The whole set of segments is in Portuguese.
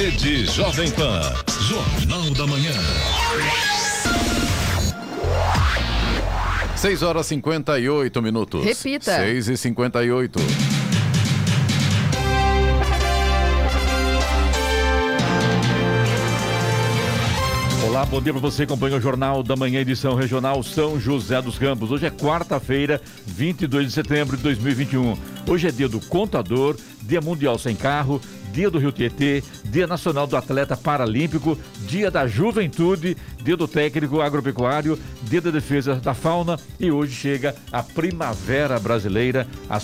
Rede Jovem Pan. Jornal da Manhã. 6h58. Repita. 6h58. Olá, bom dia para você, acompanha o Jornal da Manhã, edição regional São José dos Campos. Hoje é quarta-feira, 22 de setembro de 2021. Hoje é dia do contador, dia mundial sem carro, dia do Rio Tietê, dia nacional do atleta paralímpico, dia da juventude, dia do técnico agropecuário, dia da defesa da fauna e hoje chega a primavera brasileira às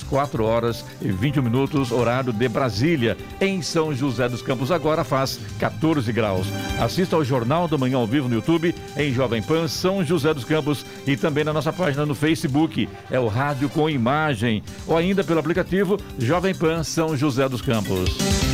4h21, horário de Brasília, em São José dos Campos. Agora faz 14 graus. Assista ao Jornal da Manhã ao vivo no YouTube, em Jovem Pan São José dos Campos e também na nossa página no Facebook, é o Rádio com Imagem, ou ainda pelo aplicativo Jovem Pan São José dos Campos.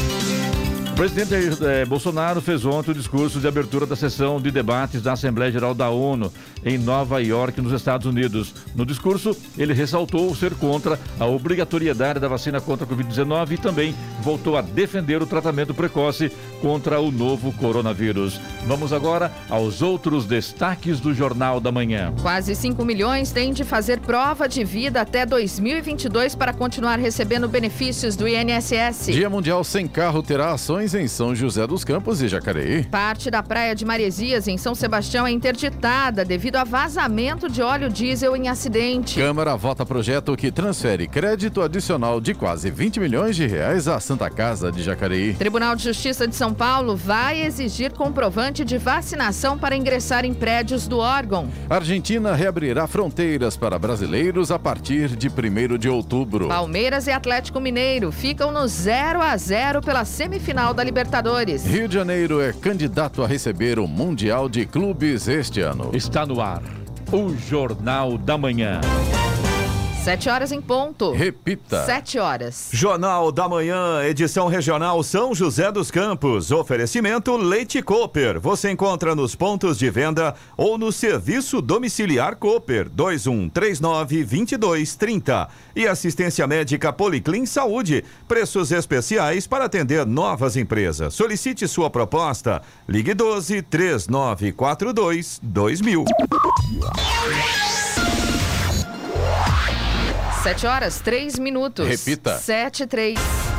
O presidente Bolsonaro fez ontem o discurso de abertura da sessão de debates da Assembleia Geral da ONU em Nova York, nos Estados Unidos. No discurso, ele ressaltou ser contra a obrigatoriedade da vacina contra a Covid-19 e também voltou a defender o tratamento precoce contra o novo coronavírus. Vamos agora aos outros destaques do Jornal da Manhã. Quase 5 milhões têm de fazer prova de vida até 2022 para continuar recebendo benefícios do INSS. Dia Mundial Sem Carro terá ações em São José dos Campos e Jacareí. Parte da praia de Maresias, em São Sebastião, é interditada devido a vazamento de óleo diesel em acidente. Câmara vota projeto que transfere crédito adicional de quase 20 milhões de reais à Santa Casa de Jacareí. Tribunal de Justiça de São Paulo vai exigir comprovante de vacinação para ingressar em prédios do órgão. Argentina reabrirá fronteiras para brasileiros a partir de 1º de outubro. Palmeiras e Atlético Mineiro ficam no 0-0 pela semifinal da Libertadores. Rio de Janeiro é candidato a receber o Mundial de Clubes este ano. Está no ar o Jornal da Manhã. 7h em ponto. Repita. 7h. Jornal da Manhã, edição regional São José dos Campos. Oferecimento Leite Cooper. Você encontra nos pontos de venda ou no serviço domiciliar Cooper 2139-2230. E assistência médica Policlin Saúde. Preços especiais para atender novas empresas. Solicite sua proposta. Ligue 12-3942-2000. 7h03. Repita. 7h03.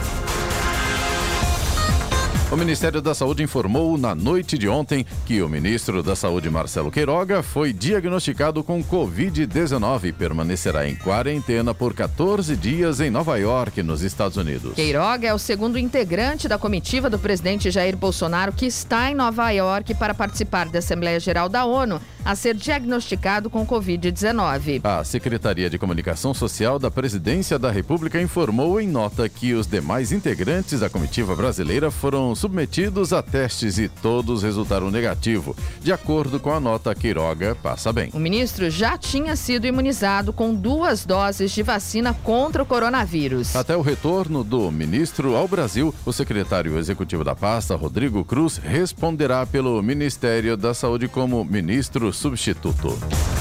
O Ministério da Saúde informou na noite de ontem que o ministro da Saúde, Marcelo Queiroga, foi diagnosticado com Covid-19 e permanecerá em quarentena por 14 dias em Nova York, nos Estados Unidos. Queiroga é o segundo integrante da comitiva do presidente Jair Bolsonaro que está em Nova York para participar da Assembleia Geral da ONU a ser diagnosticado com Covid-19. A Secretaria de Comunicação Social da Presidência da República informou em nota que os demais integrantes da comitiva brasileira foram submetidos a testes e todos resultaram negativo. De acordo com a nota, Queiroga passa bem. O ministro já tinha sido imunizado com 2 doses de vacina contra o coronavírus. Até o retorno do ministro ao Brasil, o secretário executivo da pasta, Rodrigo Cruz, responderá pelo Ministério da Saúde como ministro substituto.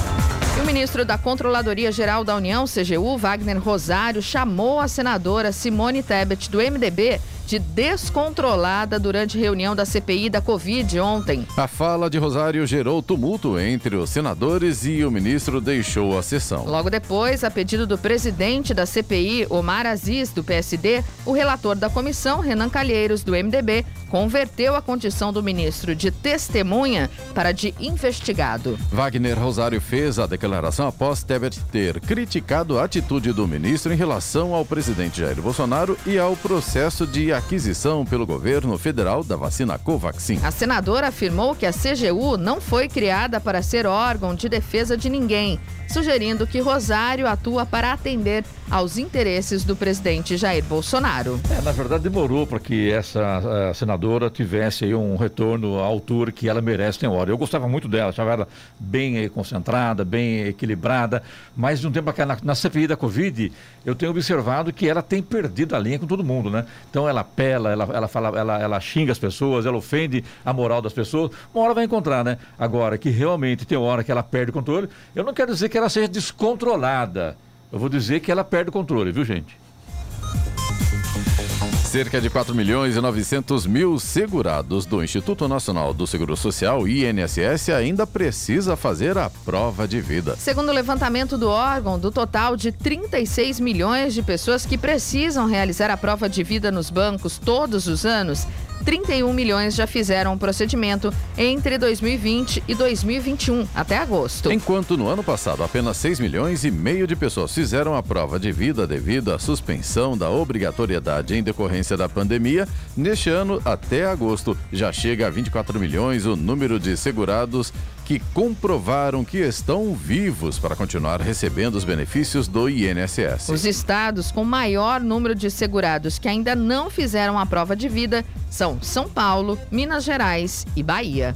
E o ministro da Controladoria Geral da União, CGU, Wagner Rosário, chamou a senadora Simone Tebet, do MDB, de descontrolada durante reunião da CPI da Covid ontem. A fala de Rosário gerou tumulto entre os senadores e o ministro deixou a sessão. Logo depois, a pedido do presidente da CPI, Omar Aziz, do PSD, o relator da comissão, Renan Calheiros, do MDB, converteu a condição do ministro de testemunha para de investigado. Wagner Rosário fez a declaração após Tebet ter criticado a atitude do ministro em relação ao presidente Jair Bolsonaro e ao processo de aquisição pelo governo federal da vacina Covaxin. A senadora afirmou que a CGU não foi criada para ser órgão de defesa de ninguém, sugerindo que Rosário atua para atender aos interesses do presidente Jair Bolsonaro. Na verdade, demorou para que essa senadora tivesse aí um retorno à altura que ela merece, tem hora. Eu gostava muito dela, achava ela bem concentrada, bem equilibrada, mas de um tempo para cá, na CPI da Covid, eu tenho observado que ela tem perdido a linha com todo mundo, né? Então ela apela, ela fala, ela xinga as pessoas, ela ofende a moral das pessoas, uma hora vai encontrar, né? Agora, que realmente tem hora que ela perde o controle, eu não quero dizer que ela seja descontrolada, eu vou dizer que ela perde o controle, viu, gente? Cerca de 4.900.000 segurados do Instituto Nacional do Seguro Social, INSS, ainda precisa fazer a prova de vida. Segundo o levantamento do órgão, do total de 36 milhões de pessoas que precisam realizar a prova de vida nos bancos todos os anos, 31 milhões já fizeram o procedimento entre 2020 e 2021, até agosto. Enquanto no ano passado apenas 6 milhões e meio de pessoas fizeram a prova de vida devido à suspensão da obrigatoriedade em decorrência da pandemia, neste ano, até agosto, já chega a 24 milhões o número de segurados que comprovaram que estão vivos para continuar recebendo os benefícios do INSS. Os estados com maior número de segurados que ainda não fizeram a prova de vida são São Paulo, Minas Gerais e Bahia.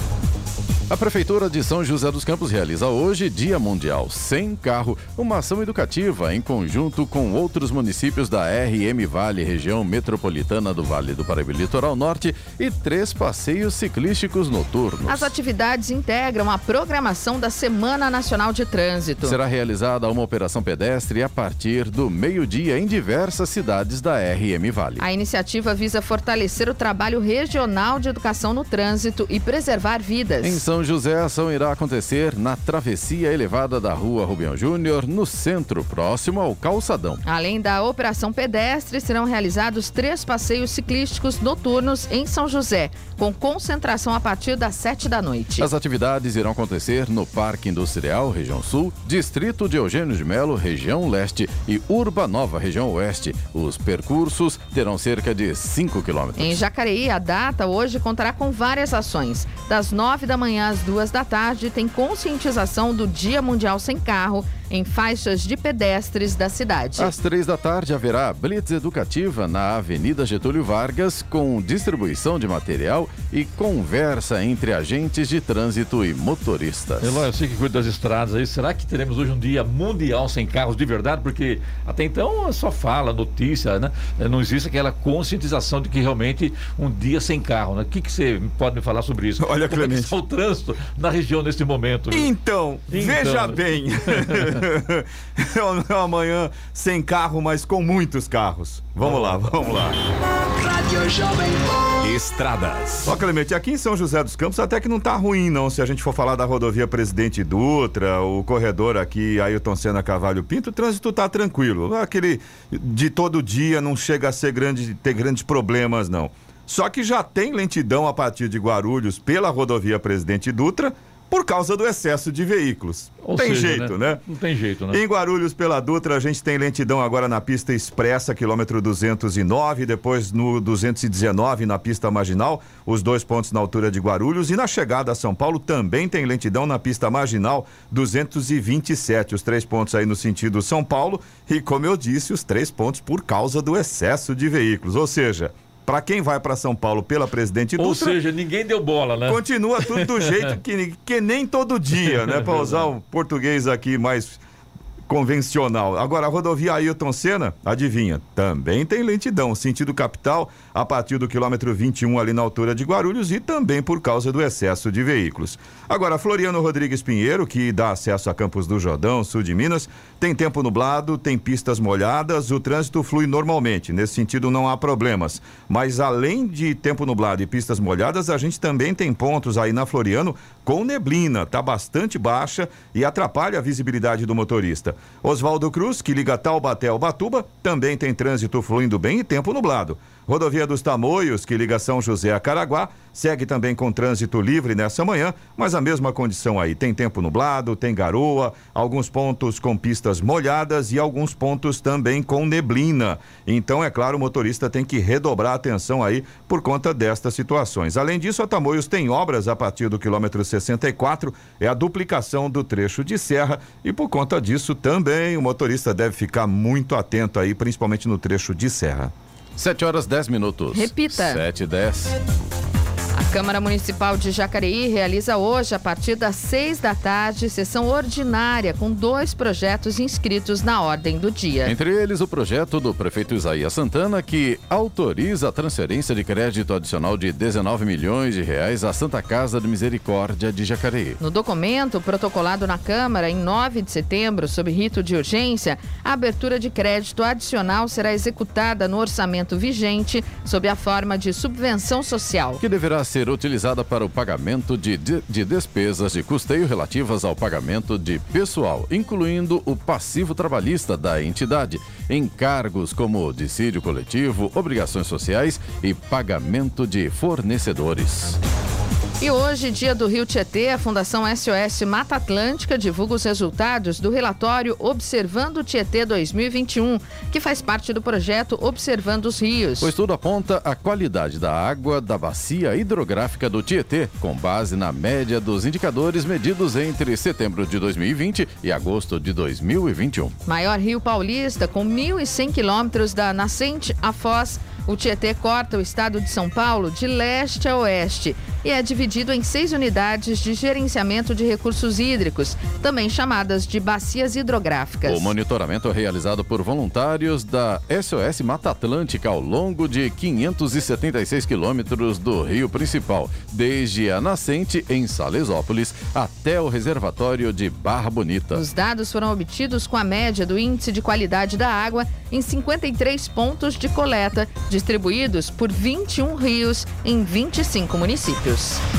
A Prefeitura de São José dos Campos realiza hoje Dia Mundial Sem Carro, uma ação educativa em conjunto com outros municípios da RM Vale, região metropolitana do Vale do Paraíba Litoral Norte, e 3 passeios ciclísticos noturnos. As atividades integram a programação da Semana Nacional de Trânsito. Será realizada uma operação pedestre a partir do meio-dia em diversas cidades da RM Vale. A iniciativa visa fortalecer o trabalho regional de educação no trânsito e preservar vidas. Em São José, a ação irá acontecer na travessia elevada da Rua Rubião Júnior, no centro, próximo ao calçadão. Além da operação pedestre, serão realizados 3 passeios ciclísticos noturnos em São José, com concentração a partir das 7 da noite. As atividades irão acontecer no Parque Industrial, região sul, Distrito de Eugênio de Melo, região leste, e Urba Nova, região oeste. Os percursos terão cerca de 5 quilômetros. Em Jacareí, a data hoje contará com várias ações. Das 9 da manhã às 2 da tarde, tem conscientização do Dia Mundial Sem Carro em faixas de pedestres da cidade. Às 3 da tarde haverá blitz educativa na Avenida Getúlio Vargas, com distribuição de material e conversa entre agentes de trânsito e motoristas. Eloy, eu sei que cuida das estradas aí. Será que teremos hoje um dia mundial sem carros de verdade? Porque até então só fala, notícia, né? Não existe aquela conscientização de que realmente um dia sem carro, né? O que você pode me falar sobre isso? Olha, Clemente, como é que está o trânsito na região nesse momento? Então, veja bem. Amanhã sem carro, mas com muitos carros. Vamos lá. Estradas. Ó, Clemente, aqui em São José dos Campos até que não tá ruim, não. Se a gente for falar da rodovia Presidente Dutra, o corredor aqui, Ailton Senna Carvalho Pinto, o trânsito tá tranquilo. Aquele de todo dia não chega a ser ter grandes problemas, não. Só que já tem lentidão a partir de Guarulhos pela rodovia Presidente Dutra, por causa do excesso de veículos. Não tem jeito, né? Não tem jeito, né? Em Guarulhos, pela Dutra, a gente tem lentidão agora na pista expressa, quilômetro 209, depois no 219 na pista marginal, os 2 pontos na altura de Guarulhos, e na chegada a São Paulo também tem lentidão na pista marginal 227, os 3 pontos aí no sentido São Paulo, e como eu disse, os 3 pontos por causa do excesso de veículos, ou seja, para quem vai para São Paulo pela Presidente Dutra... Ou seja, ninguém deu bola, né? Continua tudo do jeito que nem todo dia, né? Para usar o português aqui mais convencional. Agora, a rodovia Ailton Senna, adivinha, também tem lentidão, sentido capital, a partir do quilômetro 21 ali na altura de Guarulhos, e também por causa do excesso de veículos. Agora, Floriano Rodrigues Pinheiro, que dá acesso a Campos do Jordão, sul de Minas, tem tempo nublado, tem pistas molhadas, o trânsito flui normalmente, nesse sentido não há problemas. Mas além de tempo nublado e pistas molhadas, a gente também tem pontos aí na Floriano com neblina, tá bastante baixa e atrapalha a visibilidade do motorista. Oswaldo Cruz, que liga Taubaté ao Ubatuba, também tem trânsito fluindo bem e tempo nublado. Rodovia dos Tamoios, que liga São José a Caraguá, segue também com trânsito livre nessa manhã, mas a mesma condição aí. Tem tempo nublado, tem garoa, alguns pontos com pistas molhadas e alguns pontos também com neblina. Então, é claro, o motorista tem que redobrar a atenção aí por conta destas situações. Além disso, a Tamoios tem obras a partir do quilômetro 64, é a duplicação do trecho de serra, e por conta disso também o motorista deve ficar muito atento aí, principalmente no trecho de serra. 7 horas 10 minutos. Repita. 7h10. Câmara Municipal de Jacareí realiza hoje, a partir das 6 da tarde, sessão ordinária com 2 projetos inscritos na ordem do dia. Entre eles, o projeto do prefeito Isaías Santana, que autoriza a transferência de crédito adicional de R$19 milhões à Santa Casa de Misericórdia de Jacareí. No documento protocolado na Câmara em 9 de setembro, sob rito de urgência, a abertura de crédito adicional será executada no orçamento vigente sob a forma de subvenção social, que deverá ser utilizada para o pagamento de despesas de custeio relativas ao pagamento de pessoal, incluindo o passivo trabalhista da entidade, encargos como dissídio coletivo, obrigações sociais e pagamento de fornecedores. E hoje, dia do Rio Tietê, a Fundação SOS Mata Atlântica divulga os resultados do relatório Observando o Tietê 2021, que faz parte do projeto Observando os Rios. O estudo aponta a qualidade da água da bacia hidrográfica do Tietê, com base na média dos indicadores medidos entre setembro de 2020 e agosto de 2021. Maior rio paulista, com 1.100 quilômetros da nascente à foz, o Tietê corta o estado de São Paulo de leste a oeste e é dividido em 6 unidades de gerenciamento de recursos hídricos, também chamadas de bacias hidrográficas. O monitoramento é realizado por voluntários da SOS Mata Atlântica ao longo de 576 quilômetros do rio principal, desde a nascente em Salesópolis até o reservatório de Barra Bonita. Os dados foram obtidos com a média do índice de qualidade da água em 53 pontos de coleta, distribuídos por 21 rios em 25 municípios.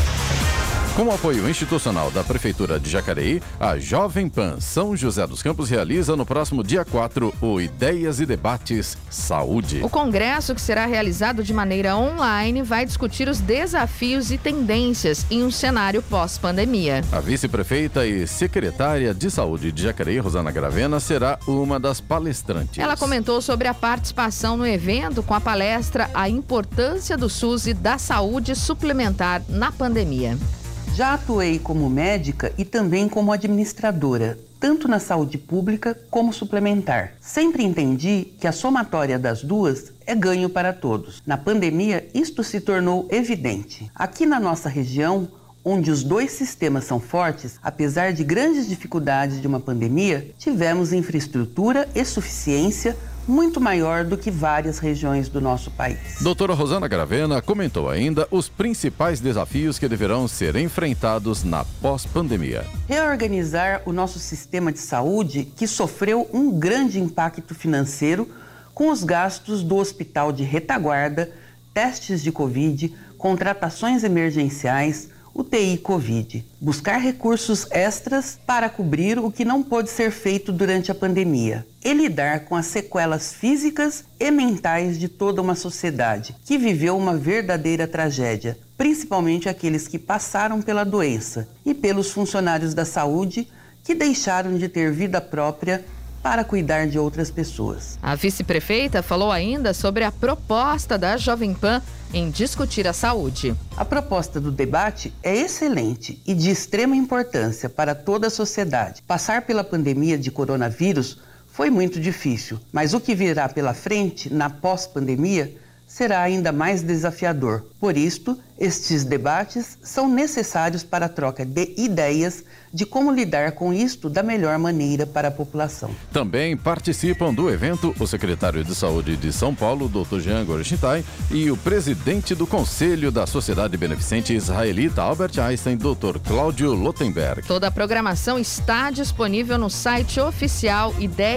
Com o apoio institucional da Prefeitura de Jacareí, a Jovem Pan São José dos Campos realiza no próximo dia 4 o Ideias e Debates Saúde. O congresso, que será realizado de maneira online, vai discutir os desafios e tendências em um cenário pós-pandemia. A vice-prefeita e secretária de Saúde de Jacareí, Rosana Gravena, será uma das palestrantes. Ela comentou sobre a participação no evento com a palestra A Importância do SUS e da Saúde Suplementar na Pandemia. Já atuei como médica e também como administradora, tanto na saúde pública como suplementar. Sempre entendi que a somatória das duas é ganho para todos. Na pandemia, isto se tornou evidente. Aqui na nossa região, onde os 2 sistemas são fortes, apesar de grandes dificuldades de uma pandemia, tivemos infraestrutura e suficiência muito maior do que várias regiões do nosso país. Doutora Rosana Gravena comentou ainda os principais desafios que deverão ser enfrentados na pós-pandemia. Reorganizar o nosso sistema de saúde, que sofreu um grande impacto financeiro com os gastos do hospital de retaguarda, testes de Covid, contratações emergenciais, UTI Covid. Buscar recursos extras para cobrir o que não pôde ser feito durante a pandemia. E lidar com as sequelas físicas e mentais de toda uma sociedade que viveu uma verdadeira tragédia, principalmente aqueles que passaram pela doença e pelos funcionários da saúde que deixaram de ter vida própria para cuidar de outras pessoas. A vice-prefeita falou ainda sobre a proposta da Jovem Pan em discutir a saúde. A proposta do debate é excelente e de extrema importância para toda a sociedade. Passar pela pandemia de coronavírus foi muito difícil, mas o que virá pela frente, na pós-pandemia, será ainda mais desafiador. Por isto, estes debates são necessários para a troca de ideias de como lidar com isto da melhor maneira para a população. Também participam do evento o secretário de Saúde de São Paulo, Dr. Jean Gorechintai, e o presidente do Conselho da Sociedade Beneficente Israelita Albert Einstein, Dr. Cláudio Lotenberg. Toda a programação está disponível no site oficial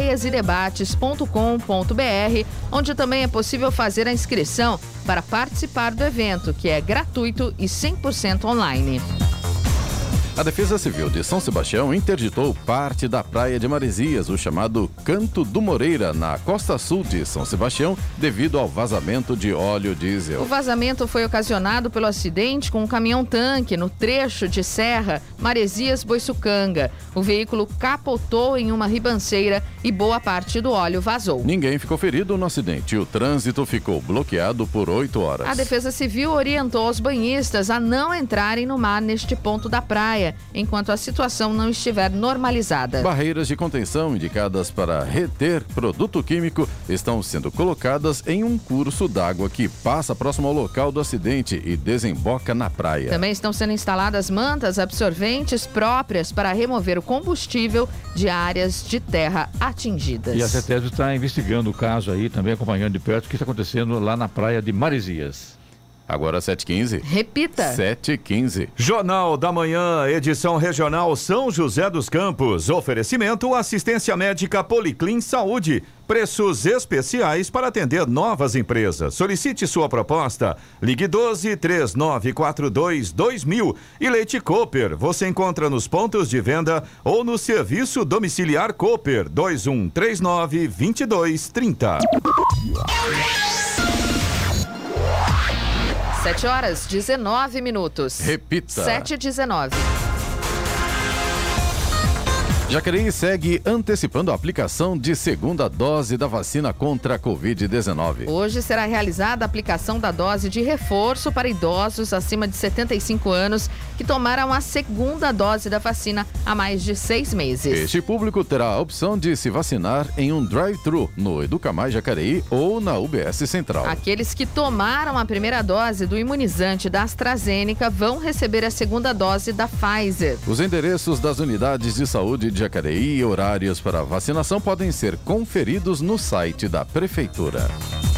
ideiasidebates.com.br, onde também é possível fazer a inscrição para participar do evento, que é gratuito e 100% online. A Defesa Civil de São Sebastião interditou parte da praia de Maresias, o chamado Canto do Moreira, na costa sul de São Sebastião, devido ao vazamento de óleo diesel. O vazamento foi ocasionado pelo acidente com um caminhão-tanque no trecho de serra Maresias-Boiçucanga. O veículo capotou em uma ribanceira e boa parte do óleo vazou. Ninguém ficou ferido no acidente e o trânsito ficou bloqueado por 8 horas. A Defesa Civil orientou os banhistas a não entrarem no mar neste ponto da praia praia enquanto a situação não estiver normalizada. Barreiras de contenção indicadas para reter produto químico estão sendo colocadas em um curso d'água que passa próximo ao local do acidente e desemboca na praia. Também estão sendo instaladas mantas absorventes próprias para remover o combustível de áreas de terra atingidas. E a CETESB está investigando o caso aí, também acompanhando de perto o que está acontecendo lá na praia de Maresias. Agora 7h15. Repita. 7h15. Jornal da Manhã, edição regional São José dos Campos. Oferecimento assistência médica Policlin Saúde. Preços especiais para atender novas empresas. Solicite sua proposta. Ligue 12-3942-2000. E Leite Cooper. Você encontra nos pontos de venda ou no serviço domiciliar Cooper 2139-2230. 7h19. Repita. 7h19. Jacareí segue antecipando a aplicação de segunda dose da vacina contra a Covid-19. Hoje será realizada a aplicação da dose de reforço para idosos acima de 75 anos que tomaram a segunda dose da vacina há mais de 6 meses. Este público terá a opção de se vacinar em um drive-thru no Educamais Jacareí ou na UBS Central. Aqueles que tomaram a primeira dose do imunizante da AstraZeneca vão receber a segunda dose da Pfizer. Os endereços das unidades de saúde de Jacareí e horários para vacinação podem ser conferidos no site da Prefeitura.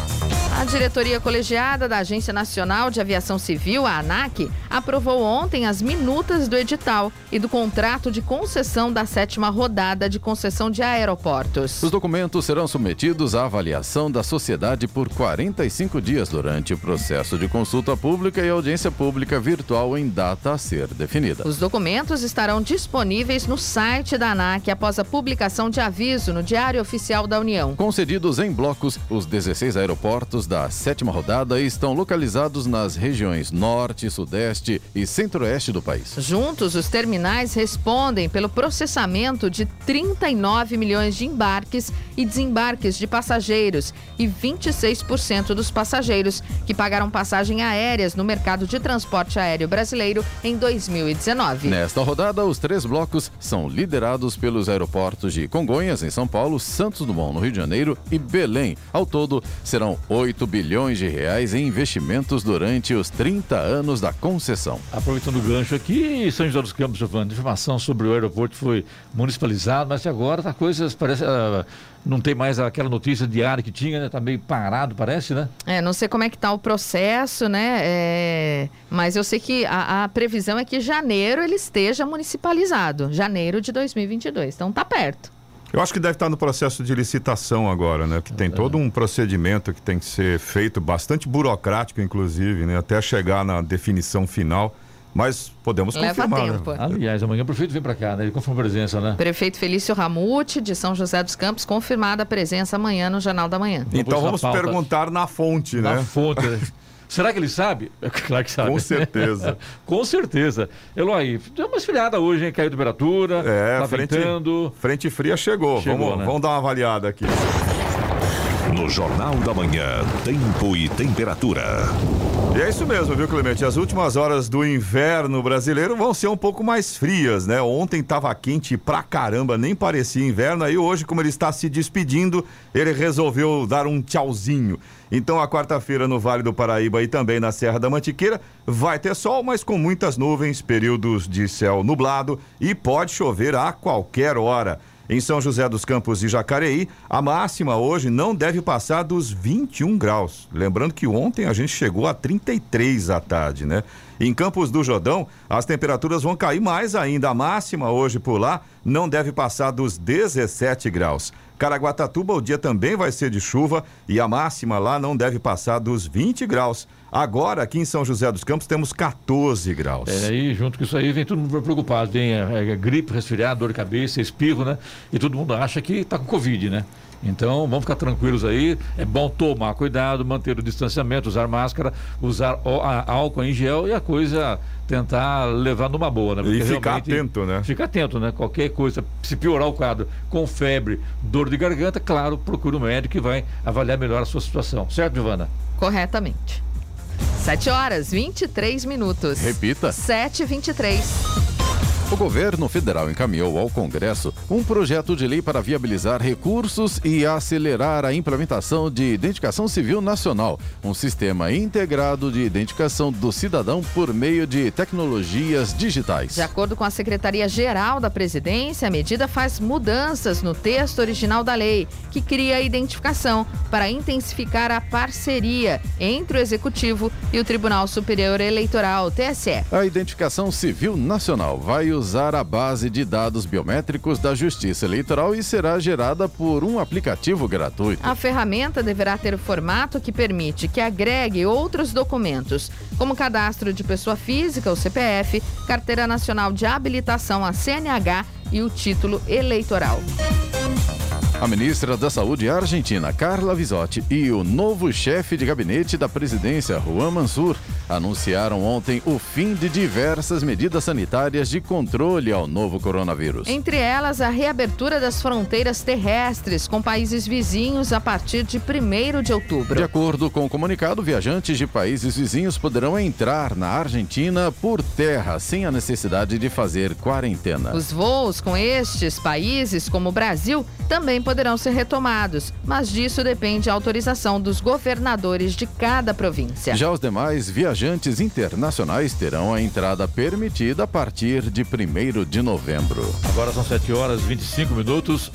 A diretoria colegiada da Agência Nacional de Aviação Civil, a ANAC, aprovou ontem as minutas do edital e do contrato de concessão da 7ª rodada de concessão de aeroportos. Os documentos serão submetidos à avaliação da sociedade por 45 dias durante o processo de consulta pública e audiência pública virtual em data a ser definida. Os documentos estarão disponíveis no site da ANAC após a publicação de aviso no Diário Oficial da União. Concedidos em blocos, os 16 aeroportos da 7ª rodada estão localizados nas regiões Norte, Sudeste e Centro-Oeste do país. Juntos, os terminais respondem pelo processamento de 39 milhões de embarques e desembarques de passageiros e 26% dos passageiros que pagaram passagem aéreas no mercado de transporte aéreo brasileiro em 2019. Nesta rodada, os 3 blocos são liderados pelos aeroportos de Congonhas, em São Paulo, Santos Dumont, no Rio de Janeiro e Belém. Ao todo, serão 8 bilhões de reais em investimentos durante os 30 anos da concessão. Aproveitando o gancho aqui, São José dos Campos, Giovanni, informação sobre o aeroporto foi municipalizado, mas agora tá coisas, parece, não tem mais aquela notícia diária que tinha, né? Tá meio parado, parece, né? Não sei como é que tá o processo, né? Mas eu sei que a previsão é que janeiro ele esteja municipalizado, janeiro de 2022, então tá perto. Eu acho que deve estar no processo de licitação agora, né? Que tem todo um procedimento que tem que ser feito, bastante burocrático, inclusive, né? Até chegar na definição final. Mas podemos confirmar, leva tempo. Né? Aliás, amanhã o prefeito vem para cá, né? Ele confirma a presença, né? Prefeito Felício Ramute, de São José dos Campos, confirmada a presença amanhã no Jornal da Manhã. Então vamos perguntar na fonte, né? Na fonte, né? Será que ele sabe? Claro que sabe. Com certeza. Com certeza. Eloy, deu uma esfriada hoje, hein? Caiu a temperatura, tá ventando. Frente fria chegou. Vamos dar uma avaliada aqui. No Jornal da Manhã, tempo e temperatura. E é isso mesmo, viu, Clemente? As últimas horas do inverno brasileiro vão ser um pouco mais frias, né? Ontem tava quente pra caramba, nem parecia inverno. Aí hoje, como ele está se despedindo, ele resolveu dar um tchauzinho. Então, a quarta-feira no Vale do Paraíba e também na Serra da Mantiqueira vai ter sol, mas com muitas nuvens, períodos de céu nublado e pode chover a qualquer hora. Em São José dos Campos e Jacareí, a máxima hoje não deve passar dos 21 graus. Lembrando que ontem a gente chegou a 33 à tarde, né? Em Campos do Jordão, as temperaturas vão cair mais ainda. A máxima hoje por lá não deve passar dos 17 graus. Caraguatatuba, o dia também vai ser de chuva e a máxima lá não deve passar dos 20 graus. Agora, aqui em São José dos Campos, temos 14 graus. Aí, junto com isso aí, vem todo mundo preocupado. Vem gripe, resfriado, dor de cabeça, espirro, né? E todo mundo acha que tá com Covid, né? Então, vamos ficar tranquilos aí. É bom tomar cuidado, manter o distanciamento, usar máscara, usar álcool em gel e a coisa tentar levar numa boa, né? Porque e ficar atento, né? Ficar atento, né? Qualquer coisa, se piorar o quadro com febre, dor de garganta, claro, procure um médico que vai avaliar melhor a sua situação. Certo, Giovana? Corretamente. 7h23. Repita. 7h23. O governo federal encaminhou ao Congresso um projeto de lei para viabilizar recursos e acelerar a implementação de Identificação Civil Nacional, um sistema integrado de identificação do cidadão por meio de tecnologias digitais. De acordo com a Secretaria-Geral da Presidência, a medida faz mudanças no texto original da lei, que cria a identificação para intensificar a parceria entre o Executivo e o Tribunal Superior Eleitoral, TSE. A Identificação Civil Nacional vai usar a base de dados biométricos da Justiça Eleitoral e será gerada por um aplicativo gratuito. A ferramenta deverá ter o formato que permite que agregue outros documentos, como cadastro de pessoa física, o CPF, Carteira Nacional de Habilitação, a CNH, e o título eleitoral. A ministra da Saúde argentina, Carla Bisotti, e o novo chefe de gabinete da presidência, Juan Mansur, anunciaram ontem o fim de diversas medidas sanitárias de controle ao novo coronavírus. Entre elas, a reabertura das fronteiras terrestres com países vizinhos a partir de 1º de outubro. De acordo com o comunicado, viajantes de países vizinhos poderão entrar na Argentina por terra, sem a necessidade de fazer quarentena. Os voos com estes países, como o Brasil, também poderão ser retomados, mas disso depende a autorização dos governadores de cada província. Já os demais viajantes internacionais terão a entrada permitida a partir de 1º de novembro. Agora são 7h25,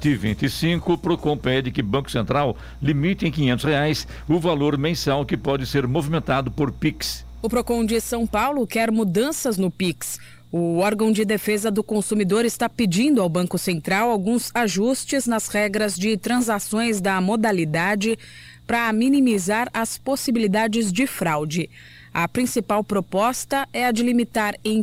7h25. Procon pede que Banco Central limite em R$500 o valor mensal que pode ser movimentado por Pix. O Procon de São Paulo quer mudanças no Pix. O órgão de defesa do consumidor está pedindo ao Banco Central alguns ajustes nas regras de transações da modalidade para minimizar as possibilidades de fraude. A principal proposta é a de limitar em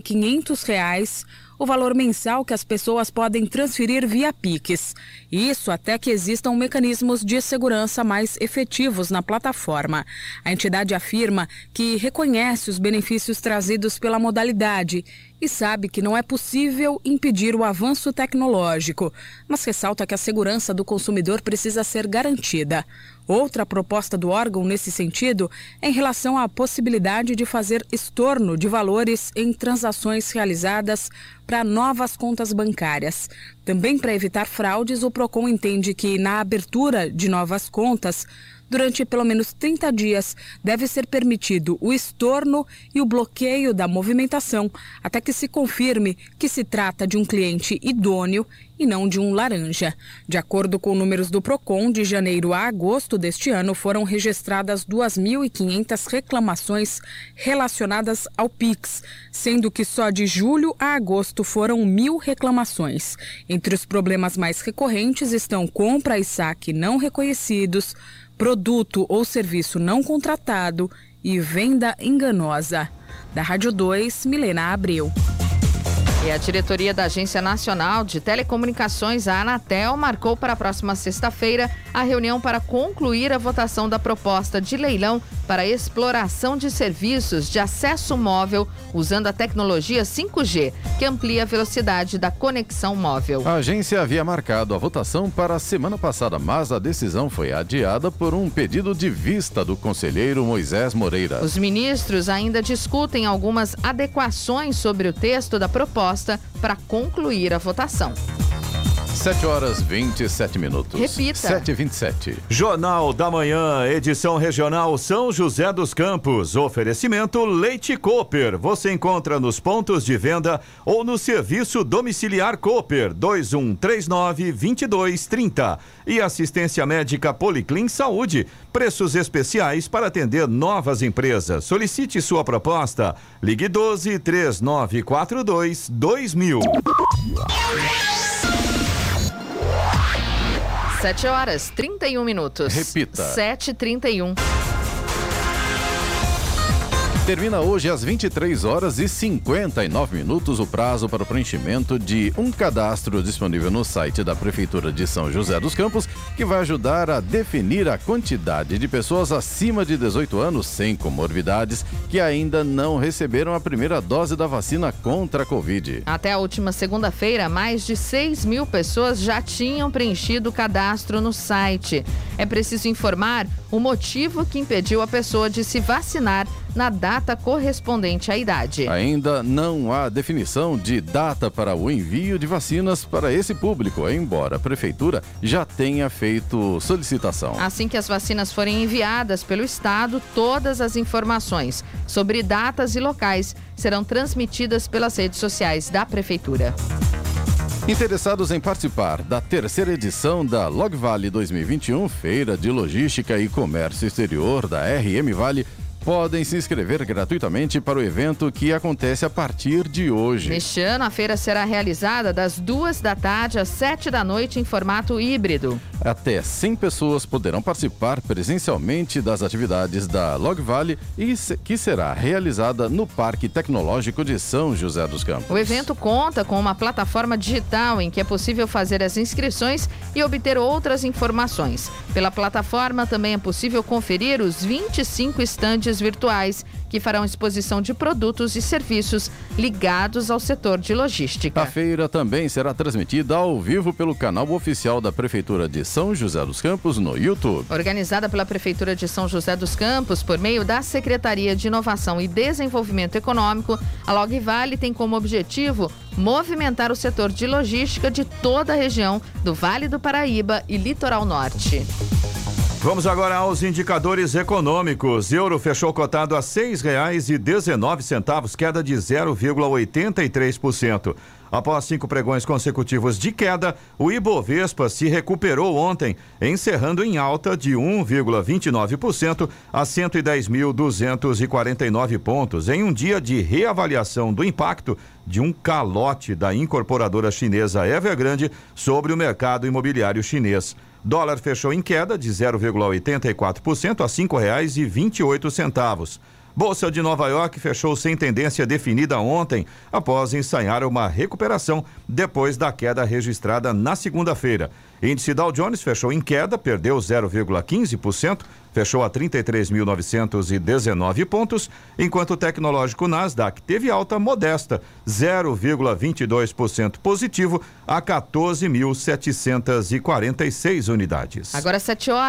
R$500 o valor mensal que as pessoas podem transferir via Pix. Isso até que existam mecanismos de segurança mais efetivos na plataforma. A entidade afirma que reconhece os benefícios trazidos pela modalidade e sabe que não é possível impedir o avanço tecnológico, mas ressalta que a segurança do consumidor precisa ser garantida. Outra proposta do órgão nesse sentido é em relação à possibilidade de fazer estorno de valores em transações realizadas para novas contas bancárias. Também para evitar fraudes, o Procon entende que na abertura de novas contas, durante pelo menos 30 dias, deve ser permitido o estorno e o bloqueio da movimentação, até que se confirme que se trata de um cliente idôneo e não de um laranja. De acordo com números do Procon, de janeiro a agosto deste ano foram registradas 2.500 reclamações relacionadas ao Pix, sendo que só de julho a agosto foram 1.000 reclamações. Entre os problemas mais recorrentes estão compra e saque não reconhecidos, produto ou serviço não contratado e venda enganosa. Da Rádio 2, Milena Abreu. E a diretoria da Agência Nacional de Telecomunicações, a Anatel, marcou para a próxima sexta-feira a reunião para concluir a votação da proposta de leilão para exploração de serviços de acesso móvel usando a tecnologia 5G, que amplia a velocidade da conexão móvel. A agência havia marcado a votação para a semana passada, mas a decisão foi adiada por um pedido de vista do conselheiro Moisés Moreira. Os ministros ainda discutem algumas adequações sobre o texto da proposta para concluir a votação. 7h27. Repita. 7h27. Jornal da Manhã, edição regional São José dos Campos. Oferecimento Leite Cooper. Você encontra nos pontos de venda ou no serviço domiciliar Cooper 2139-2230. E assistência médica Policlin Saúde. Preços especiais para atender novas empresas. Solicite sua proposta. Ligue 12-3942-2000. 7h31. Repita. 7h31. Termina hoje às 23h59 o prazo para o preenchimento de um cadastro disponível no site da Prefeitura de São José dos Campos, que vai ajudar a definir a quantidade de pessoas acima de 18 anos sem comorbidades que ainda não receberam a primeira dose da vacina contra a Covid. Até a última segunda-feira, mais de 6.000 pessoas já tinham preenchido o cadastro no site. É preciso informar o motivo que impediu a pessoa de se vacinar na data correspondente à idade. Ainda não há definição de data para o envio de vacinas para esse público, embora a Prefeitura já tenha feito solicitação. Assim que as vacinas forem enviadas pelo Estado, todas as informações sobre datas e locais serão transmitidas pelas redes sociais da Prefeitura. Interessados em participar da terceira edição da Log Valley 2021, Feira de Logística e Comércio Exterior da RM Vale, podem se inscrever gratuitamente para o evento que acontece a partir de hoje. Neste ano, a feira será realizada das 2 da tarde às 7 da noite em formato híbrido. Até 100 pessoas poderão participar presencialmente das atividades da Log Valley, que será realizada no Parque Tecnológico de São José dos Campos. O evento conta com uma plataforma digital em que é possível fazer as inscrições e obter outras informações. Pela plataforma também é possível conferir os 25 estandes virtuais que farão exposição de produtos e serviços ligados ao setor de logística. A feira também será transmitida ao vivo pelo canal oficial da Prefeitura de São José dos Campos no YouTube. Organizada pela Prefeitura de São José dos Campos por meio da Secretaria de Inovação e Desenvolvimento Econômico, a Log Valley tem como objetivo movimentar o setor de logística de toda a região do Vale do Paraíba e Litoral Norte. Vamos agora aos indicadores econômicos. Euro fechou cotado a R$ 6,19, queda de 0,83%. Após 5 pregões consecutivos de queda, o Ibovespa se recuperou ontem, encerrando em alta de 1,29% a 110.249 pontos, em um dia de reavaliação do impacto de um calote da incorporadora chinesa Evergrande sobre o mercado imobiliário chinês. Dólar fechou em queda de 0,84% a R$ 5,28. Bolsa de Nova York fechou sem tendência definida ontem, após ensaiar uma recuperação depois da queda registrada na segunda-feira. Índice Dow Jones fechou em queda, perdeu 0,15%, fechou a 33.919 pontos, enquanto o tecnológico Nasdaq teve alta modesta, 0,22% positivo, a 14.746 unidades. Agora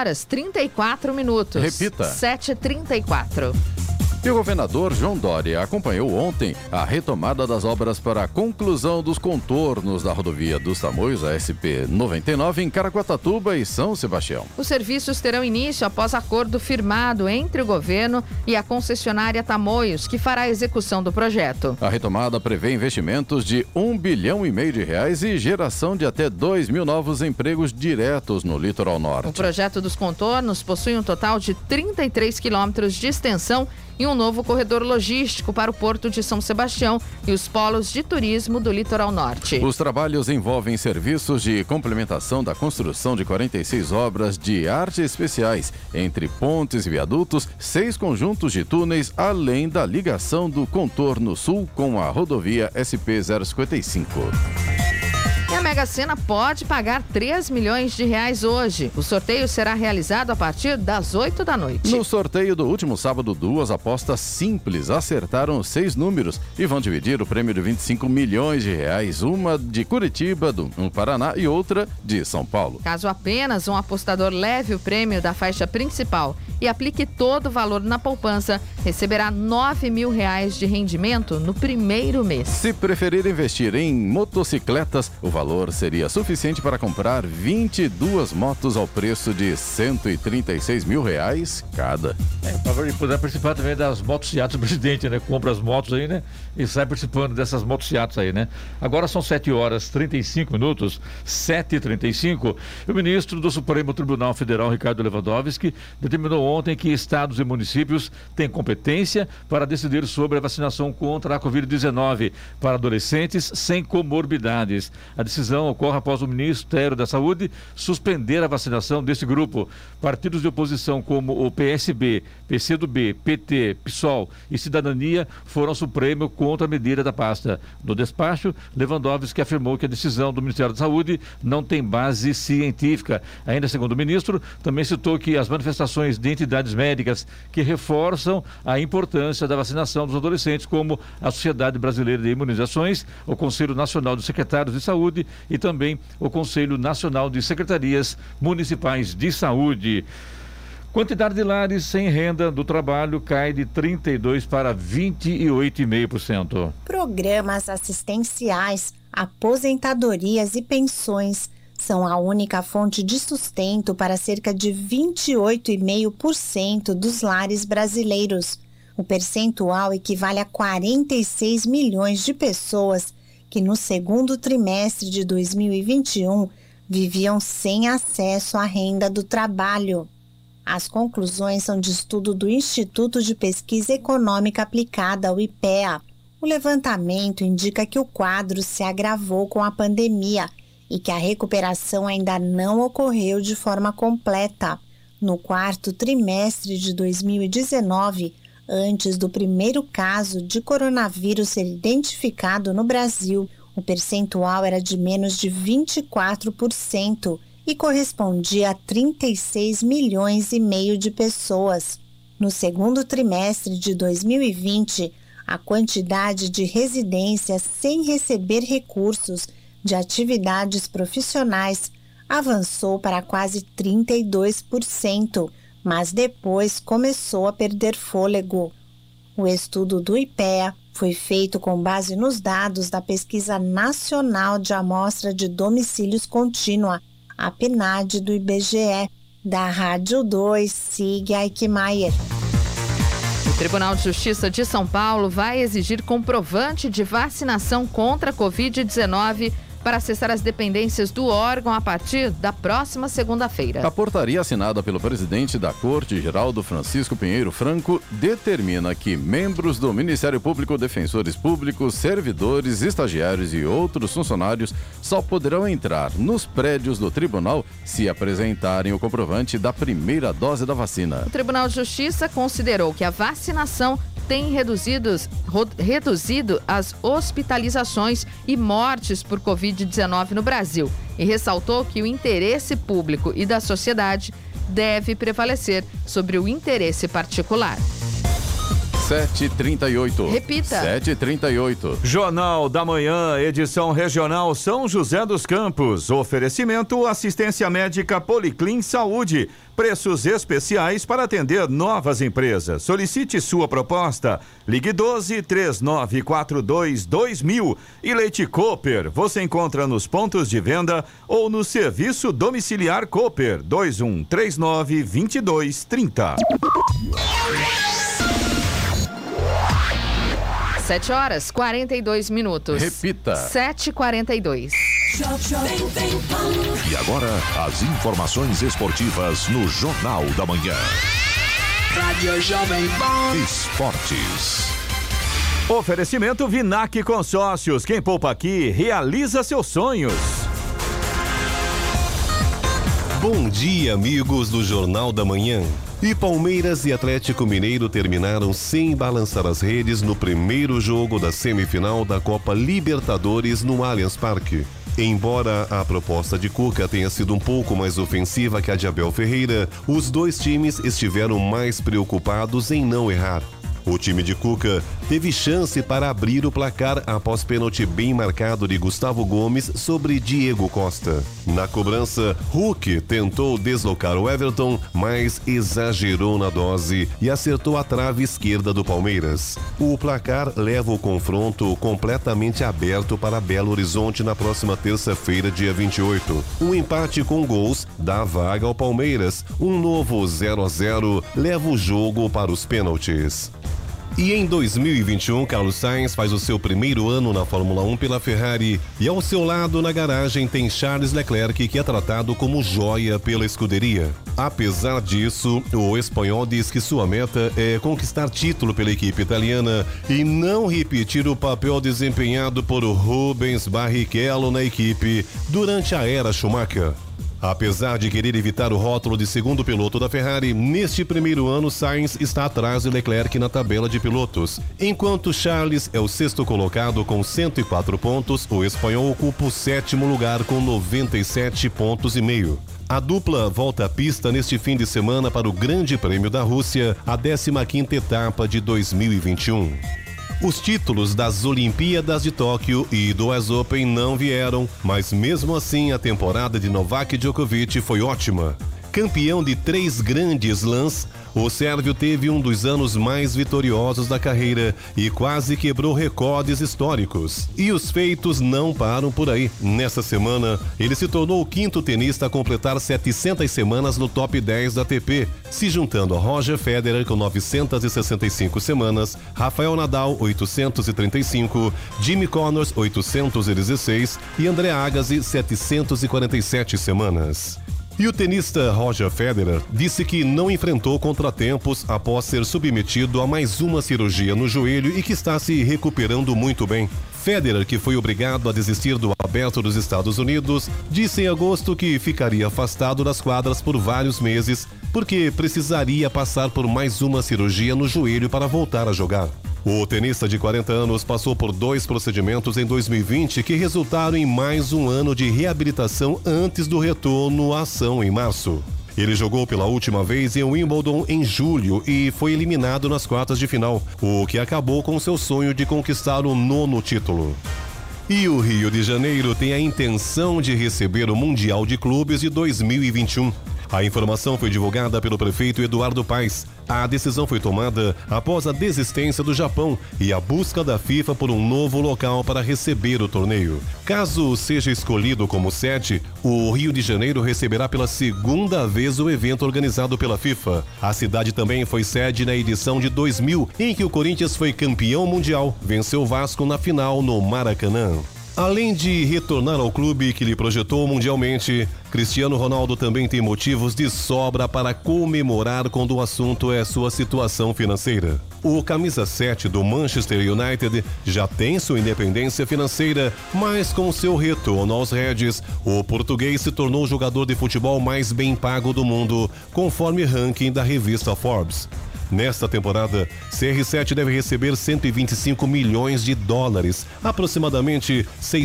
7h34. Repita. 7h34. E o governador João Dória acompanhou ontem a retomada das obras para a conclusão dos contornos da rodovia dos Tamoios, a SP-99, em Caraguatatuba e São Sebastião. Os serviços terão início após acordo firmado entre o governo e a concessionária Tamoios, que fará a execução do projeto. A retomada prevê investimentos de R$1,5 bilhão e geração de até 2.000 novos empregos diretos no litoral norte. O projeto dos contornos possui um total de 33 quilômetros de extensão e um novo corredor logístico para o Porto de São Sebastião e os polos de turismo do litoral norte. Os trabalhos envolvem serviços de complementação da construção de 46 obras de arte especiais, entre pontes e viadutos, 6 conjuntos de túneis, além da ligação do contorno sul com a rodovia SP-055. E a Mega Sena pode pagar R$3 milhões hoje. O sorteio será realizado a partir das 8 da noite. No sorteio do último sábado, 2 apostas simples acertaram 6 números e vão dividir o prêmio de R$25 milhões, uma de Curitiba, no Paraná, e outra de São Paulo. Caso apenas um apostador leve o prêmio da faixa principal e aplique todo o valor na poupança, receberá R$9 mil de rendimento no primeiro mês. Se preferir investir em motocicletas, o valor seria suficiente para comprar 22 motos ao preço de R$136 mil cada. Para poder participar também das motocicletas do presidente, né? Compra as motos aí, né? E sai participando dessas motocicletas aí, né? Agora são 7h35, 7h35. O ministro do Supremo Tribunal Federal, Ricardo Lewandowski, determinou ontem que estados e municípios têm competência para decidir sobre a vacinação contra a Covid-19 para adolescentes sem comorbidades. A decisão ocorre após o Ministério da Saúde suspender a vacinação desse grupo. Partidos de oposição como o PSB, PCdoB, PT, PSOL e Cidadania foram ao Supremo contra a medida da pasta. No despacho, Lewandowski afirmou que a decisão do Ministério da Saúde não tem base científica. Ainda segundo o ministro, também citou que as manifestações de entidades médicas que reforçam a importância da vacinação dos adolescentes, como a Sociedade Brasileira de Imunizações, o Conselho Nacional de Secretários de Saúde e também o Conselho Nacional de Secretarias Municipais de Saúde. Quantidade de lares sem renda do trabalho cai de 32% para 28,5%. Programas assistenciais, aposentadorias e pensões são a única fonte de sustento para cerca de 28,5% dos lares brasileiros. O percentual equivale a 46 milhões de pessoas que no segundo trimestre de 2021 viviam sem acesso à renda do trabalho. As conclusões são de estudo do Instituto de Pesquisa Econômica Aplicada, o IPEA. O levantamento indica que o quadro se agravou com a pandemia e que a recuperação ainda não ocorreu de forma completa. No quarto trimestre de 2019, antes do primeiro caso de coronavírus ser identificado no Brasil, o percentual era de menos de 24%. E correspondia a 36 milhões e meio de pessoas. No segundo trimestre de 2020, a quantidade de residências sem receber recursos de atividades profissionais avançou para quase 32%, mas depois começou a perder fôlego. O estudo do IPEA foi feito com base nos dados da Pesquisa Nacional de Amostra de Domicílios Contínua, a PNAD do IBGE, da Rádio 2, Sig Eichmeier. O Tribunal de Justiça de São Paulo vai exigir comprovante de vacinação contra a Covid-19 para acessar as dependências do órgão a partir da próxima segunda-feira. A portaria assinada pelo presidente da Corte, Geraldo Francisco Pinheiro Franco, determina que membros do Ministério Público, defensores públicos, servidores, estagiários e outros funcionários só poderão entrar nos prédios do tribunal se apresentarem o comprovante da primeira dose da vacina. O Tribunal de Justiça considerou que a vacinação tem reduzido as hospitalizações e mortes por Covid-19 no Brasil e ressaltou que o interesse público e da sociedade deve prevalecer sobre o interesse particular. 7h38. Repita. 7h38. Jornal da Manhã, edição regional São José dos Campos. Oferecimento assistência médica Policlin Saúde. Preços especiais para atender novas empresas. Solicite sua proposta. Ligue 12-3942-2000. E Leite Cooper. Você encontra nos pontos de venda ou no serviço domiciliar Cooper. 2139-2230. 7h42. Repita. 7h42. E agora, as informações esportivas no Jornal da Manhã. Rádio Jovem Pan. Esportes. Oferecimento Vinac Consórcios. Quem poupa aqui, realiza seus sonhos. Bom dia, amigos do Jornal da Manhã. E Palmeiras e Atlético Mineiro terminaram sem balançar as redes no primeiro jogo da semifinal da Copa Libertadores no Allianz Parque. Embora a proposta de Cuca tenha sido um pouco mais ofensiva que a de Abel Ferreira, os dois times estiveram mais preocupados em não errar. O time de Cuca teve chance para abrir o placar após pênalti bem marcado de Gustavo Gomes sobre Diego Costa. Na cobrança, Hulk tentou deslocar o Everton, mas exagerou na dose e acertou a trave esquerda do Palmeiras. O placar leva o confronto completamente aberto para Belo Horizonte na próxima terça-feira, dia 28. Um empate com gols dá vaga ao Palmeiras. Um novo 0-0 leva o jogo para os pênaltis. E em 2021, Carlos Sainz faz o seu primeiro ano na Fórmula 1 pela Ferrari e ao seu lado na garagem tem Charles Leclerc, que é tratado como joia pela escuderia. Apesar disso, o espanhol diz que sua meta é conquistar título pela equipe italiana e não repetir o papel desempenhado por Rubens Barrichello na equipe durante a era Schumacher. Apesar de querer evitar o rótulo de segundo piloto da Ferrari, neste primeiro ano Sainz está atrás de Leclerc na tabela de pilotos. Enquanto Charles é o sexto colocado com 104 pontos, o espanhol ocupa o sétimo lugar com 97,5 pontos. A dupla volta à pista neste fim de semana para o Grande Prêmio da Rússia, a 15ª etapa de 2021. Os títulos das Olimpíadas de Tóquio e do US Open não vieram, mas mesmo assim a temporada de Novak Djokovic foi ótima. Campeão de 3 grandes slams, o sérvio teve um dos anos mais vitoriosos da carreira e quase quebrou recordes históricos. E os feitos não param por aí. Nessa semana, ele se tornou o 5º tenista a completar 700 semanas no top 10 da ATP, se juntando a Roger Federer com 965 semanas, Rafael Nadal 835, Jimmy Connors 816 e André Agassi 747 semanas. E o tenista Roger Federer disse que não enfrentou contratempos após ser submetido a mais uma cirurgia no joelho e que está se recuperando muito bem. Federer, que foi obrigado a desistir do Aberto dos Estados Unidos, disse em agosto que ficaria afastado das quadras por vários meses porque precisaria passar por mais uma cirurgia no joelho para voltar a jogar. O tenista de 40 anos passou por 2 procedimentos em 2020 que resultaram em mais um ano de reabilitação antes do retorno à ação em março. Ele jogou pela última vez em Wimbledon em julho e foi eliminado nas quartas de final, o que acabou com seu sonho de conquistar o 9º título. E o Rio de Janeiro tem a intenção de receber o Mundial de Clubes de 2021. A informação foi divulgada pelo prefeito Eduardo Paes. A decisão foi tomada após a desistência do Japão e a busca da FIFA por um novo local para receber o torneio. Caso seja escolhido como sede, o Rio de Janeiro receberá pela 2ª vez o evento organizado pela FIFA. A cidade também foi sede na edição de 2000, em que o Corinthians foi campeão mundial, venceu o Vasco na final no Maracanã. Além de retornar ao clube que lhe projetou mundialmente, Cristiano Ronaldo também tem motivos de sobra para comemorar quando o assunto é sua situação financeira. O camisa 7 do Manchester United já tem sua independência financeira, mas com seu retorno aos Reds, o português se tornou o jogador de futebol mais bem pago do mundo, conforme ranking da revista Forbes. Nesta temporada, CR7 deve receber 125 milhões de dólares, aproximadamente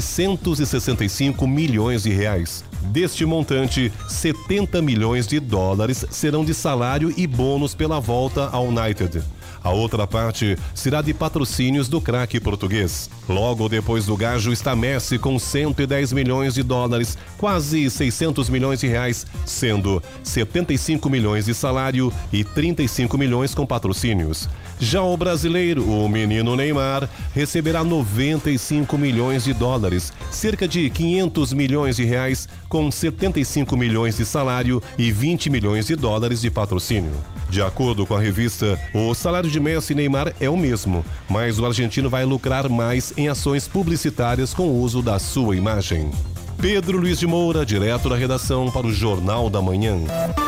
665 milhões de reais. Deste montante, 70 milhões de dólares serão de salário e bônus pela volta ao United. A outra parte será de patrocínios do craque português. Logo depois do gajo está Messi com 110 milhões de dólares, quase 600 milhões de reais, sendo 75 milhões de salário e 35 milhões com patrocínios. Já o brasileiro, o menino Neymar, receberá 95 milhões de dólares, cerca de 500 milhões de reais, com 75 milhões de salário e 20 milhões de dólares de patrocínio. De acordo com a revista, o salário de Messi e Neymar é o mesmo, mas o argentino vai lucrar mais em ações publicitárias com o uso da sua imagem. Pedro Luiz de Moura, direto da redação para o Jornal da Manhã.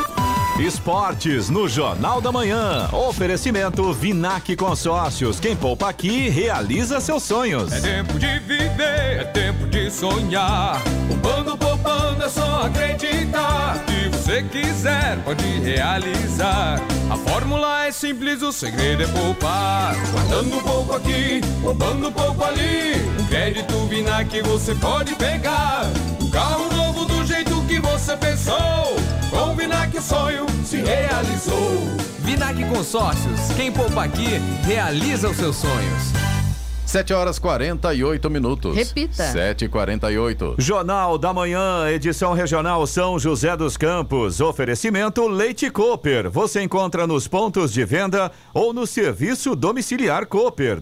Esportes no Jornal da Manhã. Oferecimento Vinac Consórcios. Quem poupa aqui realiza seus sonhos. É tempo de viver, é tempo de sonhar. Poupando é só acreditar. Se você quiser, pode realizar. A fórmula é simples, o segredo é poupar. Guardando pouco aqui, poupando pouco ali. Um crédito Vinac você pode pegar. Um carro novo do jeito que você pensou. Com o Vinac o sonho se realizou. Vinac Consórcios, quem poupa aqui, realiza os seus sonhos. 7h48. Repita. 7h48. Jornal da Manhã, edição regional São José dos Campos. Oferecimento Leite Cooper. Você encontra nos pontos de venda ou no serviço domiciliar Cooper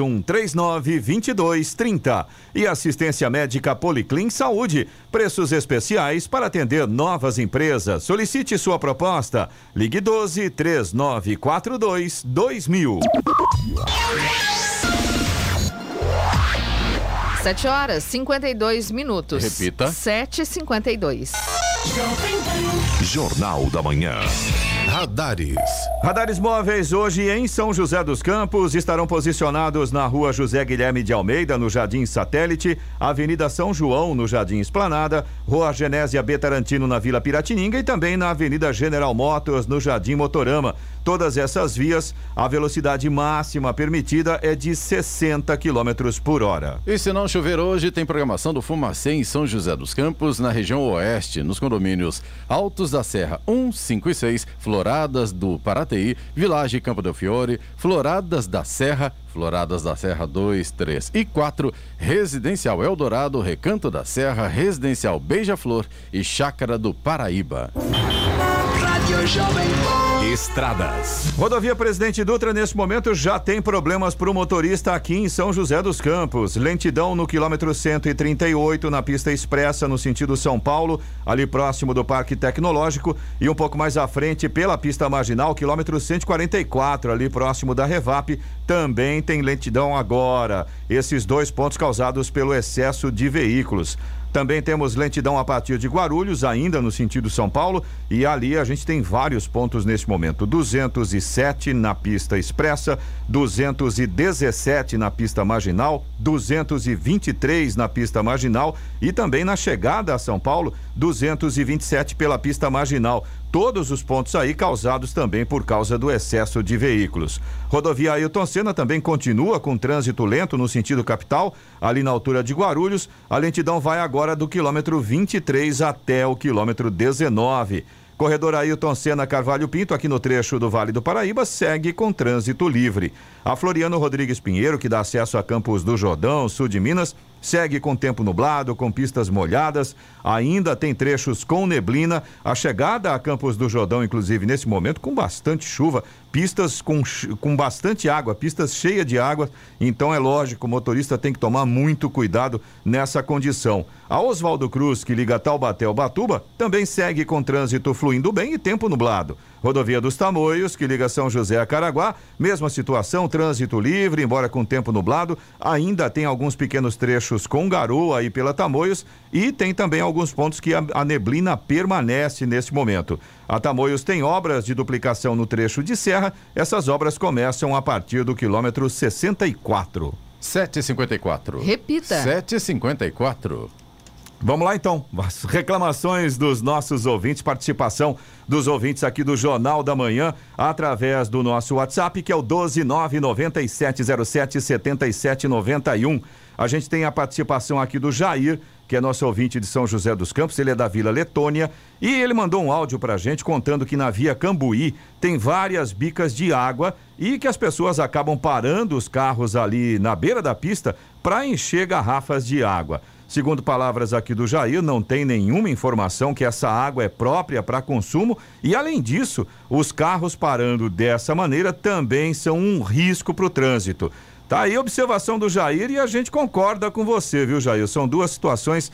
2139-2230. E assistência médica Policlin Saúde. Preços especiais para atender novas empresas. Solicite sua proposta. Ligue 12-3942-2000. 7h52. Repita. 7h52. Jornal da Manhã. Radares. Radares móveis hoje em São José dos Campos estarão posicionados na Rua José Guilherme de Almeida, no Jardim Satélite, Avenida São João, no Jardim Esplanada, Rua Genésia B. Tarantino, na Vila Piratininga e também na Avenida General Motors, no Jardim Motorama. Todas essas vias, a velocidade máxima permitida é de 60 km por hora. E se não chover hoje, tem programação do Fumacê em São José dos Campos, na região oeste, nos condomínios Altos da Serra 1, 5 e 6, Floradas do Paraty, Village Campo del Fiore, Floradas da Serra 2, 3 e 4, Residencial Eldorado, Recanto da Serra, Residencial Beija-Flor e Chácara do Paraíba. Rádio Jovem Pan. Estradas. Rodovia Presidente Dutra, nesse momento, já tem problemas para o motorista aqui em São José dos Campos. Lentidão no quilômetro 138, na pista expressa, no sentido São Paulo, ali próximo do Parque Tecnológico, e um pouco mais à frente, pela pista marginal, quilômetro 144, ali próximo da Revap, também tem lentidão agora. Esses dois pontos causados pelo excesso de veículos. Também temos lentidão a partir de Guarulhos, ainda no sentido São Paulo, e ali a gente tem vários pontos nesse momento. 207 na pista expressa, 217 na pista marginal, 223 na pista marginal e também na chegada a São Paulo, 227 pela pista marginal. Todos os pontos aí causados também por causa do excesso de veículos. Rodovia Ailton Senna também continua com trânsito lento no sentido capital, ali na altura de Guarulhos. A lentidão vai agora do quilômetro 23 até o quilômetro 19. Corredor Ailton Senna Carvalho Pinto, aqui no trecho do Vale do Paraíba, segue com trânsito livre. A Floriano Rodrigues Pinheiro, que dá acesso a Campos do Jordão, sul de Minas, segue com tempo nublado, com pistas molhadas, ainda tem trechos com neblina. A chegada a Campos do Jordão, inclusive, nesse momento, com bastante chuva, pistas com bastante água, pistas cheias de água, então é lógico, o motorista tem que tomar muito cuidado nessa condição. A Oswaldo Cruz, que liga Taubaté ao Batuba, também segue com trânsito fluindo bem e tempo nublado. Rodovia dos Tamoios, que liga São José a Caraguá, mesma situação, trânsito livre, embora com tempo nublado, ainda tem alguns pequenos trechos com garoa aí pela Tamoios e tem também alguns pontos que a neblina permanece neste momento. A Tamoios tem obras de duplicação no trecho de serra, essas obras começam a partir do quilômetro 64. 7h54. Repita. 7h54. Vamos lá então, as reclamações dos nossos ouvintes, participação dos ouvintes aqui do Jornal da Manhã, através do nosso WhatsApp, que é o 12997077791. A gente tem a participação aqui do Jair, que é nosso ouvinte de São José dos Campos, ele é da Vila Letônia, e ele mandou um áudio pra gente contando que na Via Cambuí tem várias bicas de água e que as pessoas acabam parando os carros ali na beira da pista para encher garrafas de água. Segundo palavras aqui do Jair, não tem nenhuma informação que essa água é própria para consumo e, além disso, os carros parando dessa maneira também são um risco para o trânsito. Tá aí a observação do Jair e a gente concorda com você, viu, Jair? São duas situações...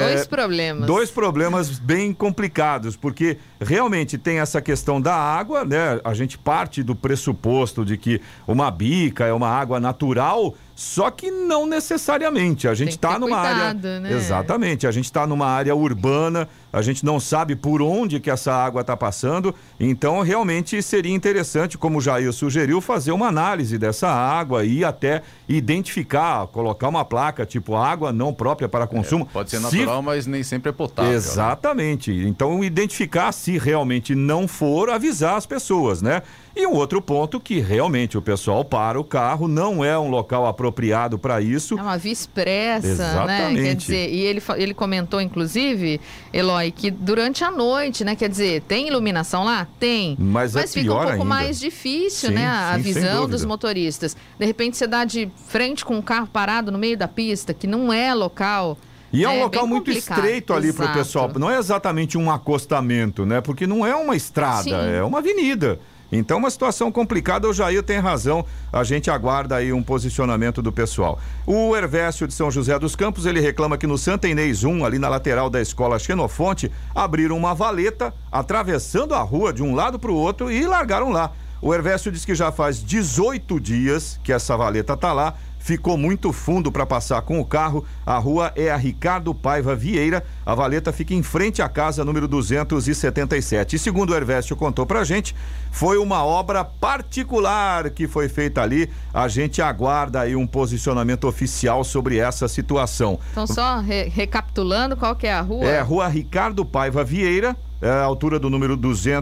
Dois problemas bem complicados, porque realmente tem essa questão da água, né? A gente parte do pressuposto de que uma bica é uma água natural, só que não necessariamente. A gente está numa área... né? Exatamente, a gente está numa área urbana, a gente não sabe por onde que essa água está passando, então realmente seria interessante, como o Jair sugeriu, fazer uma análise dessa água e até identificar, colocar uma placa tipo água não própria para consumo. Pode ser natural, mas nem sempre é potável. Exatamente. Né? Então, identificar se realmente não for, avisar as pessoas, né? E um outro ponto que realmente o pessoal para o carro, não é um local apropriado para isso. É uma via expressa, exatamente, né? Quer dizer, e ele comentou, inclusive, Eloy, que durante a noite, né? Quer dizer, tem iluminação lá? Tem. Mas é fica um pouco ainda. Mais difícil, sim, né? A sim, visão dos motoristas. De repente você dá de frente com um carro parado no meio da pista, que não é local. E é um local muito estreito ali para o pessoal. Não é exatamente um acostamento, né? Porque não é uma estrada, sim, é uma avenida. Então, uma situação complicada, o Jair tem razão, a gente aguarda aí um posicionamento do pessoal. O Hervécio de São José dos Campos, ele reclama que no Santa Inês 1, ali na lateral da escola Xenofonte, abriram uma valeta, atravessando a rua de um lado para o outro e largaram lá. O Hervécio diz que já faz 18 dias que essa valeta tá lá, ficou muito fundo para passar com o carro. A rua é a Ricardo Paiva Vieira, a valeta fica em frente à casa número 277. E segundo o Hervécio contou pra gente, foi uma obra particular que foi feita ali. A gente aguarda aí um posicionamento oficial sobre essa situação. Então só recapitulando, qual que é a rua? É a rua Ricardo Paiva Vieira, a altura do número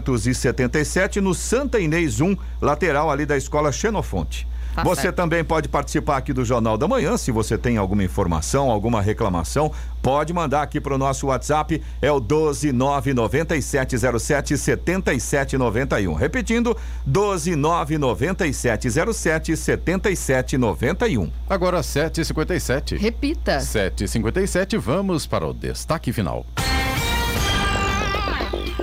277, no Santa Inês 1, lateral ali da escola Xenofonte. Tá você certo. Também pode participar aqui do Jornal da Manhã, se você tem alguma informação, alguma reclamação, pode mandar aqui para o nosso WhatsApp, é o 12997077791. Repetindo, 12997077791. Agora 7h57. Repita. 7h57, vamos para o destaque final. O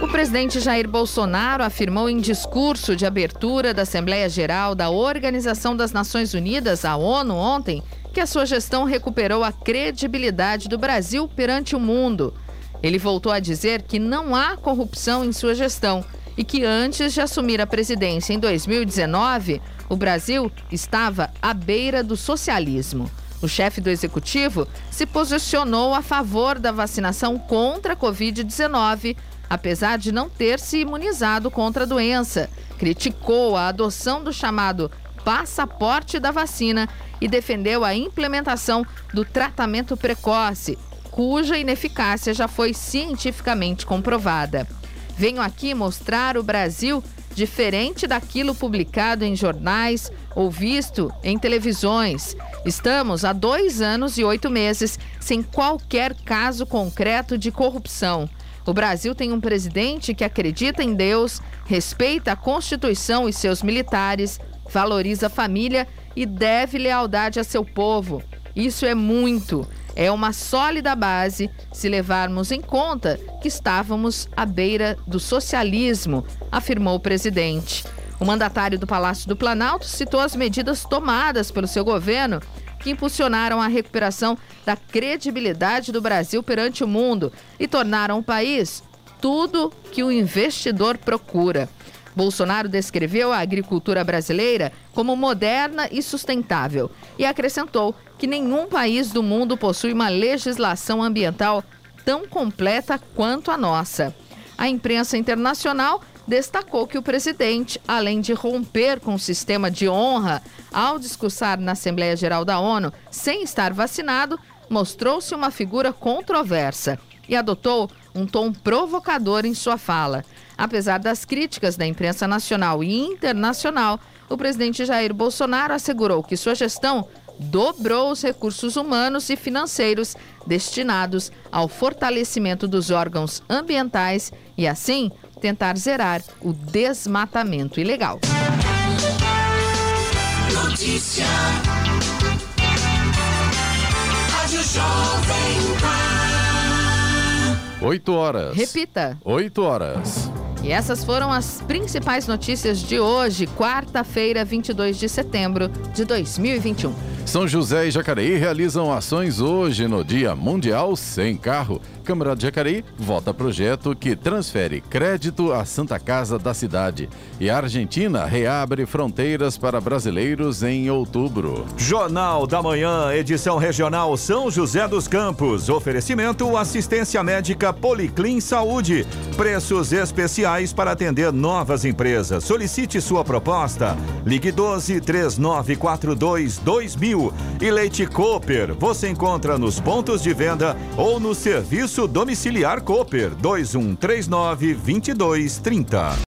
presidente Jair Bolsonaro afirmou em discurso de abertura da Assembleia Geral da Organização das Nações Unidas, a ONU, ontem, que a sua gestão recuperou a credibilidade do Brasil perante o mundo. Ele voltou a dizer que não há corrupção em sua gestão e que antes de assumir a presidência em 2019, o Brasil estava à beira do socialismo. O chefe do executivo se posicionou a favor da vacinação contra a Covid-19, apesar de não ter se imunizado contra a doença. Criticou a adoção do chamado passaporte da vacina e defendeu a implementação do tratamento precoce, cuja ineficácia já foi cientificamente comprovada. Venho aqui mostrar o Brasil diferente daquilo publicado em jornais ou visto em televisões. Estamos há 2 anos e 8 meses sem qualquer caso concreto de corrupção. O Brasil tem um presidente que acredita em Deus, respeita a Constituição e seus militares, valoriza a família e deve lealdade a seu povo. Isso é muito. É uma sólida base se levarmos em conta que estávamos à beira do socialismo, afirmou o presidente. O mandatário do Palácio do Planalto citou as medidas tomadas pelo seu governo que impulsionaram a recuperação da credibilidade do Brasil perante o mundo e tornaram o país tudo que o investidor procura. Bolsonaro descreveu a agricultura brasileira como moderna e sustentável e acrescentou que nenhum país do mundo possui uma legislação ambiental tão completa quanto a nossa. A imprensa internacional destacou que o presidente, além de romper com o sistema de honra ao discursar na Assembleia Geral da ONU sem estar vacinado, mostrou-se uma figura controversa e adotou um tom provocador em sua fala. Apesar das críticas da imprensa nacional e internacional, o presidente Jair Bolsonaro assegurou que sua gestão dobrou os recursos humanos e financeiros destinados ao fortalecimento dos órgãos ambientais e, assim, tentar zerar o desmatamento ilegal. Notícia. Rádio Jovem Pan. 8 horas. Repita. 8 horas. E essas foram as principais notícias de hoje, quarta-feira, 22 de setembro de 2021. São José e Jacareí realizam ações hoje no Dia Mundial Sem Carro. Câmara de Jacareí vota projeto que transfere crédito à Santa Casa da cidade. E a Argentina reabre fronteiras para brasileiros em outubro. Jornal da Manhã, edição regional São José dos Campos. Oferecimento assistência médica Policlin Saúde. Preços especiais para atender novas empresas. Solicite sua proposta. Ligue 12-3942-2000. E Leite Cooper. Você encontra nos pontos de venda ou no serviço domiciliar Cooper 2139-2230.